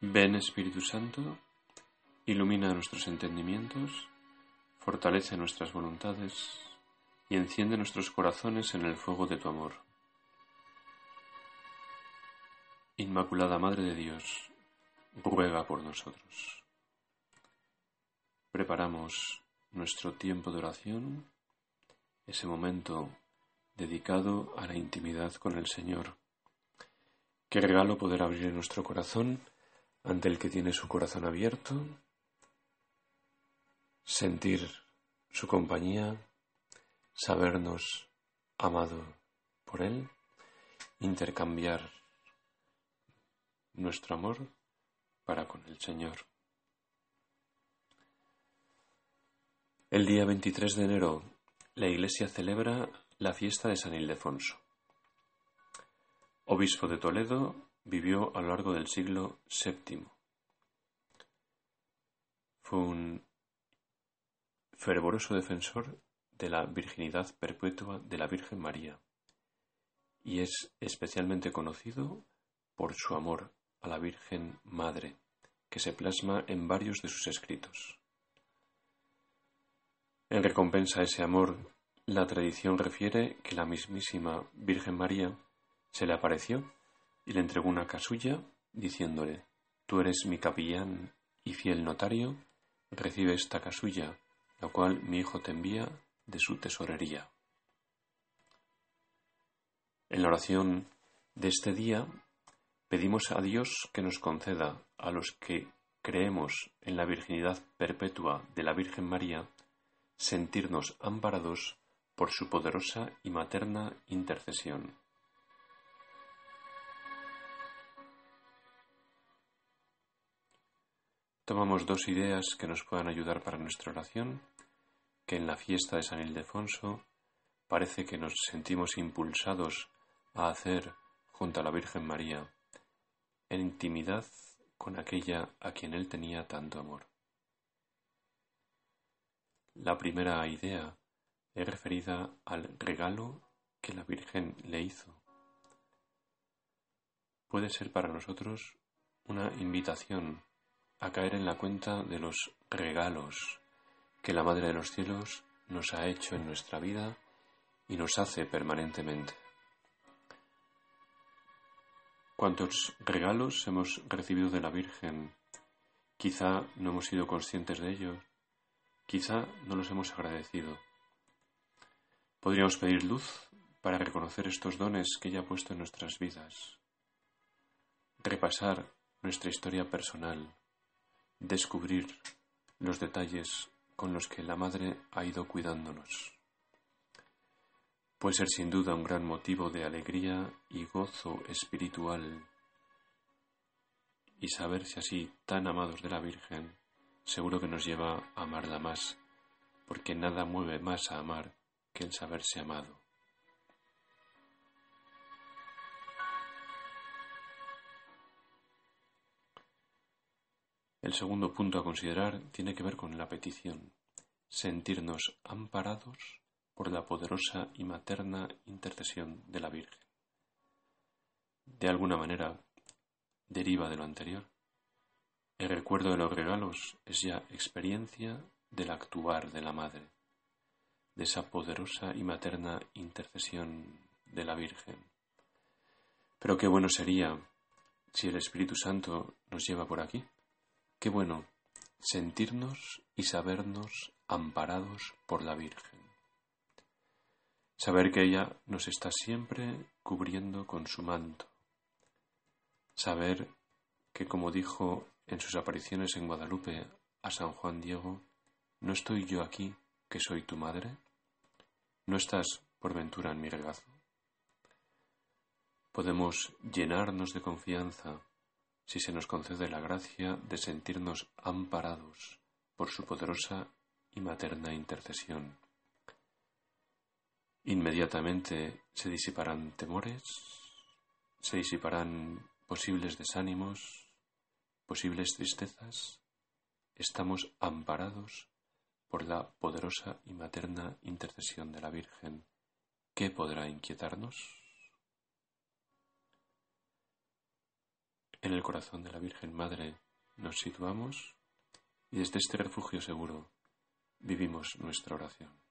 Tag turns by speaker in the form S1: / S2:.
S1: Ven Espíritu Santo, ilumina nuestros entendimientos, fortalece nuestras voluntades y enciende nuestros corazones en el fuego de tu amor. Inmaculada Madre de Dios, ruega por nosotros. Preparamos nuestro tiempo de oración, ese momento dedicado a la intimidad con el Señor. Qué regalo poder abrir nuestro corazón ante el que tiene su corazón abierto, sentir su compañía, sabernos amado por Él, intercambiar nuestro amor para con el Señor. El día 23 de enero, la Iglesia celebra la fiesta de San Ildefonso. Obispo de Toledo, vivió a lo largo del siglo VII. Fue un fervoroso defensor de la virginidad perpetua de la Virgen María y es especialmente conocido por su amor a la Virgen Madre, que se plasma en varios de sus escritos. En recompensa a ese amor, la tradición refiere que la mismísima Virgen María se le apareció y le entregó una casulla diciéndole: «Tú eres mi capellán y fiel notario, recibe esta casulla, la cual mi hijo te envía de su tesorería». En la oración de este día pedimos a Dios que nos conceda a los que creemos en la virginidad perpetua de la Virgen María sentirnos amparados por su poderosa y materna intercesión. Tomamos dos ideas que nos puedan ayudar para nuestra oración, que en la fiesta de San Ildefonso parece que nos sentimos impulsados a hacer junto a la Virgen María, en intimidad con aquella a quien Él tenía tanto amor. La primera idea es referida al regalo que la Virgen le hizo. Puede ser para nosotros una invitación a caer en la cuenta de los regalos que la Madre de los Cielos nos ha hecho en nuestra vida y nos hace permanentemente. ¿Cuántos regalos hemos recibido de la Virgen? Quizá no hemos sido conscientes de ellos, quizá no los hemos agradecido. Podríamos pedir luz para reconocer estos dones que ella ha puesto en nuestras vidas, repasar nuestra historia personal, descubrir los detalles con los que la Madre ha ido cuidándonos. Puede ser sin duda un gran motivo de alegría y gozo espiritual, y saberse así tan amados de la Virgen seguro que nos lleva a amarla más, porque nada mueve más a amar que el saberse amado. El segundo punto a considerar tiene que ver con la petición, sentirnos amparados por la poderosa y materna intercesión de la Virgen. De alguna manera deriva de lo anterior. El recuerdo de los regalos es ya experiencia del actuar de la Madre, de esa poderosa y materna intercesión de la Virgen. Pero qué bueno sería si el Espíritu Santo nos lleva por aquí. Qué bueno sentirnos y sabernos amparados por la Virgen. Saber que ella nos está siempre cubriendo con su manto. Saber que, como dijo en sus apariciones en Guadalupe a San Juan Diego, ¿no estoy yo aquí, que soy tu madre? ¿No estás por ventura en mi regazo? Podemos llenarnos de confianza si se nos concede la gracia de sentirnos amparados por su poderosa y materna intercesión. Inmediatamente se disiparán temores, se disiparán posibles desánimos, posibles tristezas. Estamos amparados por la poderosa y materna intercesión de la Virgen. ¿Qué podrá inquietarnos? En el corazón de la Virgen Madre nos situamos y desde este refugio seguro vivimos nuestra oración.